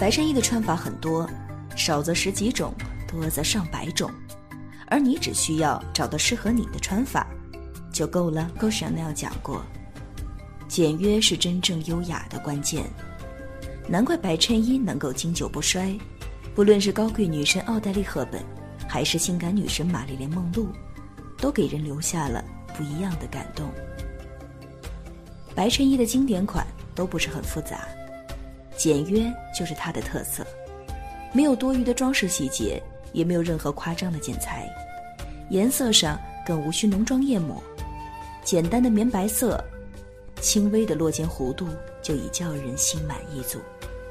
白衬衣的穿法很多，少则10几种，多则上百种，而你只需要找到适合你的穿法就够了。Chanel讲过，简约是真正优雅的关键，难怪白衬衣能够经久不衰。不论是高贵女神奥黛丽·赫本，还是性感女神玛丽莲·梦露，都给人留下了不一样的感动。白衬衣的经典款都不是很复杂，简约就是它的特色，没有多余的装饰细节，也没有任何夸张的剪裁，颜色上更无需浓妆艳抹，简单的棉白色，轻微的落肩弧度就已叫人心满意足。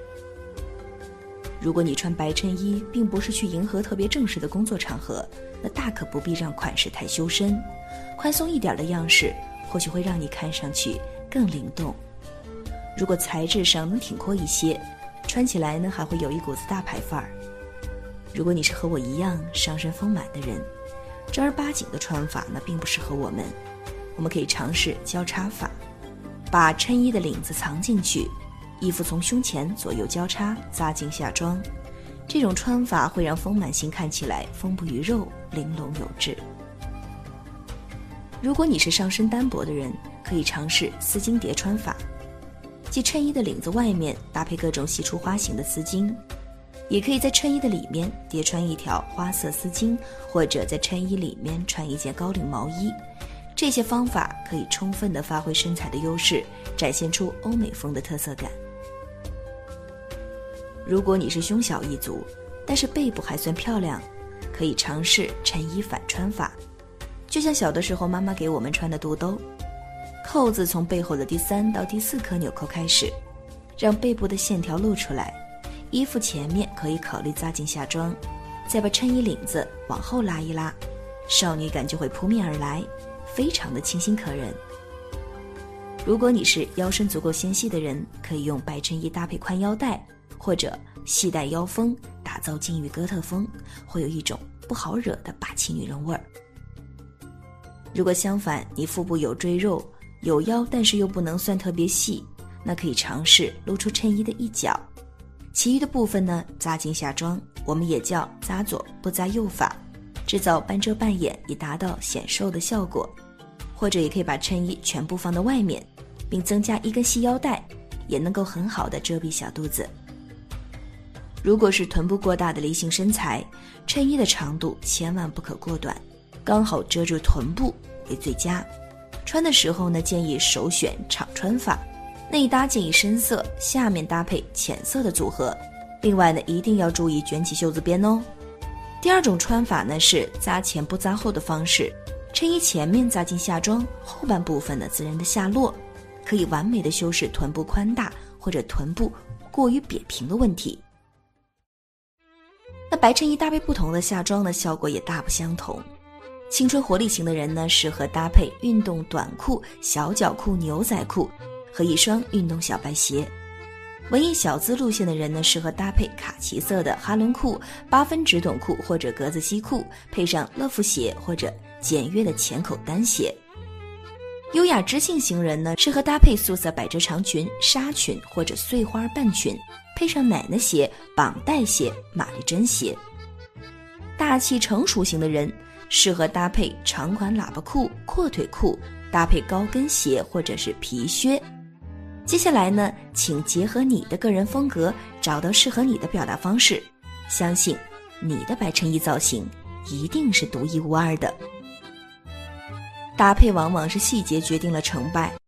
如果你穿白衬衣并不是去迎合特别正式的工作场合，那大可不必让款式太修身，宽松一点的样式或许会让你看上去更灵动。如果材质上能挺阔一些，穿起来呢还会有一股子大牌范儿。如果你是和我一样上身丰满的人，正儿八经的穿法呢并不适合我们可以尝试交叉法，把衬衣的领子藏进去，衣服从胸前左右交叉扎进下装，这种穿法会让丰满型看起来丰不于肉，玲珑有致。如果你是上身单薄的人，可以尝试丝巾叠穿法，即衬衣的领子外面搭配各种细出花型的丝巾，也可以在衬衣的里面叠穿一条花色丝巾，或者在衬衣里面穿一件高领毛衣。这些方法可以充分地发挥身材的优势，展现出欧美风的特色感。如果你是胸小一族，但是背部还算漂亮，可以尝试衬衣反穿法，就像小的时候妈妈给我们穿的肚兜，扣子从背后的第3到第4颗纽扣开始，让背部的线条露出来，衣服前面可以考虑扎进下装，再把衬衣领子往后拉一拉，少女感就会扑面而来，非常的清新可人。如果你是腰身足够纤细的人，可以用白衬衣搭配宽腰带，或者系带腰封，打造金鱼哥特风，会有一种不好惹的霸气女人味儿。如果相反，你腹部有赘肉，有腰但是又不能算特别细，那可以尝试露出衬衣的一角，其余的部分呢扎进下装，我们也叫扎左不扎右法，制造半遮半掩，以达到显瘦的效果。或者也可以把衬衣全部放到外面，并增加一根细腰带，也能够很好的遮蔽小肚子。如果是臀部过大的梨形身材，衬衣的长度千万不可过短，刚好遮住臀部为最佳。穿的时候呢，建议首选敞穿法，内搭建议深色，下面搭配浅色的组合。另外呢，一定要注意卷起袖子边哦。第二种穿法呢是扎前不扎后的方式，衬衣前面扎进下装，后半部分呢自然的下落，可以完美的修饰臀部宽大或者臀部过于扁平的问题。那白衬衣搭配不同的下装呢，效果也大不相同。青春活力型的人呢，适合搭配运动短裤、小脚裤、牛仔裤和一双运动小白鞋。文艺小资路线的人呢，适合搭配卡其色的哈伦裤、8分直筒裤或者格子西裤，配上乐福鞋或者简约的浅口单鞋。优雅知性型人呢，适合搭配素色百褶长裙、纱裙或者碎花半裙，配上奶奶鞋、绑带鞋、玛丽珍鞋。大气成熟型的人适合搭配长款喇叭裤、阔腿裤，搭配高跟鞋或者是皮靴。接下来呢，请结合你的个人风格，找到适合你的表达方式，相信你的白衬衣造型一定是独一无二的。搭配往往是细节决定了成败，